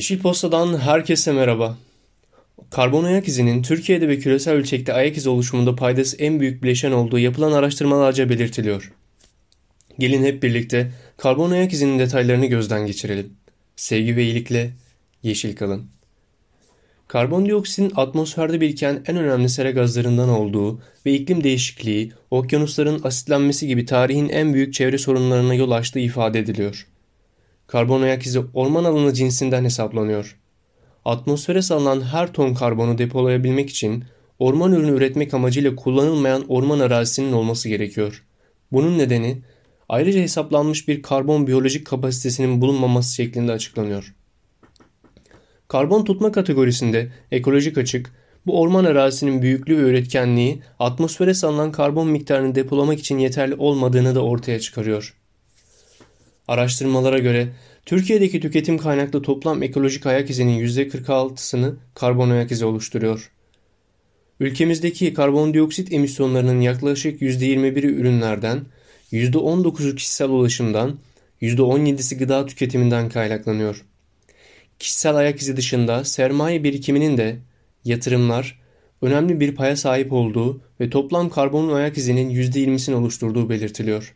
Yeşil Posta'dan herkese merhaba. Karbon ayak izinin Türkiye'de ve küresel ölçekte ayak izi oluşumunda paydası en büyük bileşen olduğu yapılan araştırmalarca belirtiliyor. Gelin hep birlikte karbon ayak izinin detaylarını gözden geçirelim. Sevgi ve iyilikle yeşil kalın. Karbondioksitin atmosferde biriken en önemli sera gazlarından olduğu ve iklim değişikliği, okyanusların asitlenmesi gibi tarihin en büyük çevre sorunlarına yol açtığı ifade ediliyor. Karbon ayak izi orman alanı cinsinden hesaplanıyor. Atmosfere salınan her ton karbonu depolayabilmek için orman ürünü üretmek amacıyla kullanılmayan orman arazisinin olması gerekiyor. Bunun nedeni ayrıca hesaplanmış bir karbon biyolojik kapasitesinin bulunmaması şeklinde açıklanıyor. Karbon tutma kategorisinde ekolojik açık, bu orman arazisinin büyüklüğü ve üretkenliği atmosfere salınan karbon miktarını depolamak için yeterli olmadığını da ortaya çıkarıyor. Araştırmalara göre Türkiye'deki tüketim kaynaklı toplam ekolojik ayak izinin %46'sını karbon ayak izi oluşturuyor. Ülkemizdeki karbondioksit emisyonlarının yaklaşık %21'i ürünlerden, %19'u kişisel ulaşımdan, %17'si gıda tüketiminden kaynaklanıyor. Kişisel ayak izi dışında sermaye birikiminin de yatırımlar önemli bir paya sahip olduğu ve toplam karbon ayak izinin %20'sini oluşturduğu belirtiliyor.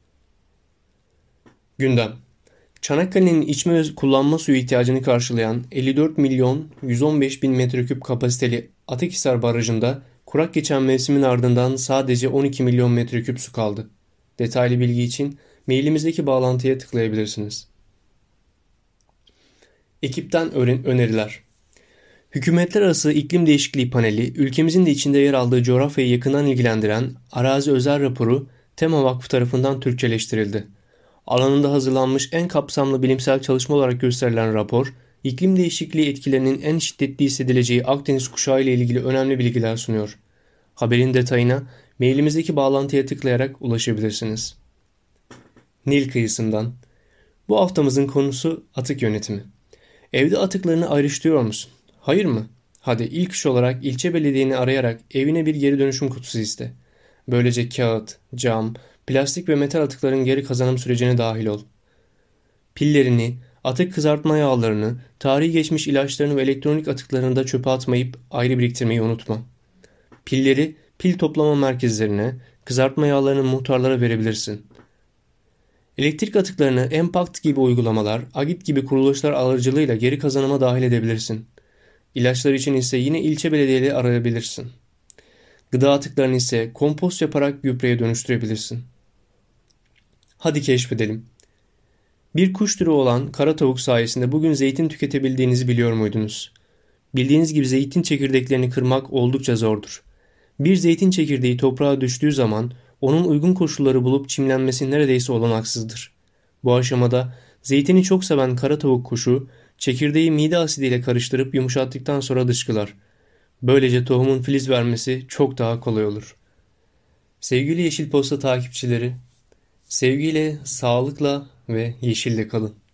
Gündem. Çanakkale'nin içme ve kullanma suyu ihtiyacını karşılayan 54 milyon 115 bin metreküp kapasiteli Ateksar Barajı'nda kurak geçen mevsimin ardından sadece 12 milyon metreküp su kaldı. Detaylı bilgi için mailimizdeki bağlantıya tıklayabilirsiniz. Ekipten öneriler. Hükümetler Arası İklim Değişikliği Paneli, ülkemizin de içinde yer aldığı coğrafyayı yakından ilgilendiren Arazi Özel Raporu Tema Vakfı tarafından Türkçeleştirildi. Alanında hazırlanmış en kapsamlı bilimsel çalışma olarak gösterilen rapor, iklim değişikliği etkilerinin en şiddetli hissedileceği Akdeniz kuşağı ile ilgili önemli bilgiler sunuyor. Haberin detayına mailimizdeki bağlantıya tıklayarak ulaşabilirsiniz. Nil kıyısından. Bu haftamızın konusu atık yönetimi. Evde atıklarını ayrıştırıyor musun? Hayır mı? Hadi ilk iş olarak ilçe belediyeni arayarak evine bir geri dönüşüm kutusu iste. Böylece kağıt, cam, plastik ve metal atıkların geri kazanım sürecine dahil ol. Pillerini, atık kızartma yağlarını, tarihi geçmiş ilaçlarını ve elektronik atıklarını da çöpe atmayıp ayrı biriktirmeyi unutma. Pilleri pil toplama merkezlerine, kızartma yağlarını muhtarlara verebilirsin. Elektrik atıklarını Impact gibi uygulamalar, Agit gibi kuruluşlar aracılığıyla geri kazanıma dahil edebilirsin. İlaçlar için ise yine ilçe belediyeleri arayabilirsin. Gıda atıklarını ise kompost yaparak gübreye dönüştürebilirsin. Hadi keşfedelim. Bir kuş türü olan kara tavuk sayesinde bugün zeytin tüketebildiğinizi biliyor muydunuz? Bildiğiniz gibi zeytin çekirdeklerini kırmak oldukça zordur. Bir zeytin çekirdeği toprağa düştüğü zaman onun uygun koşulları bulup çimlenmesi neredeyse olanaksızdır. Bu aşamada zeytini çok seven kara tavuk kuşu çekirdeği mide asidiyle karıştırıp yumuşattıktan sonra dışkılar. Böylece tohumun filiz vermesi çok daha kolay olur. Sevgili Yeşil Posta takipçileri, sevgiyle, sağlıkla ve yeşille kalın.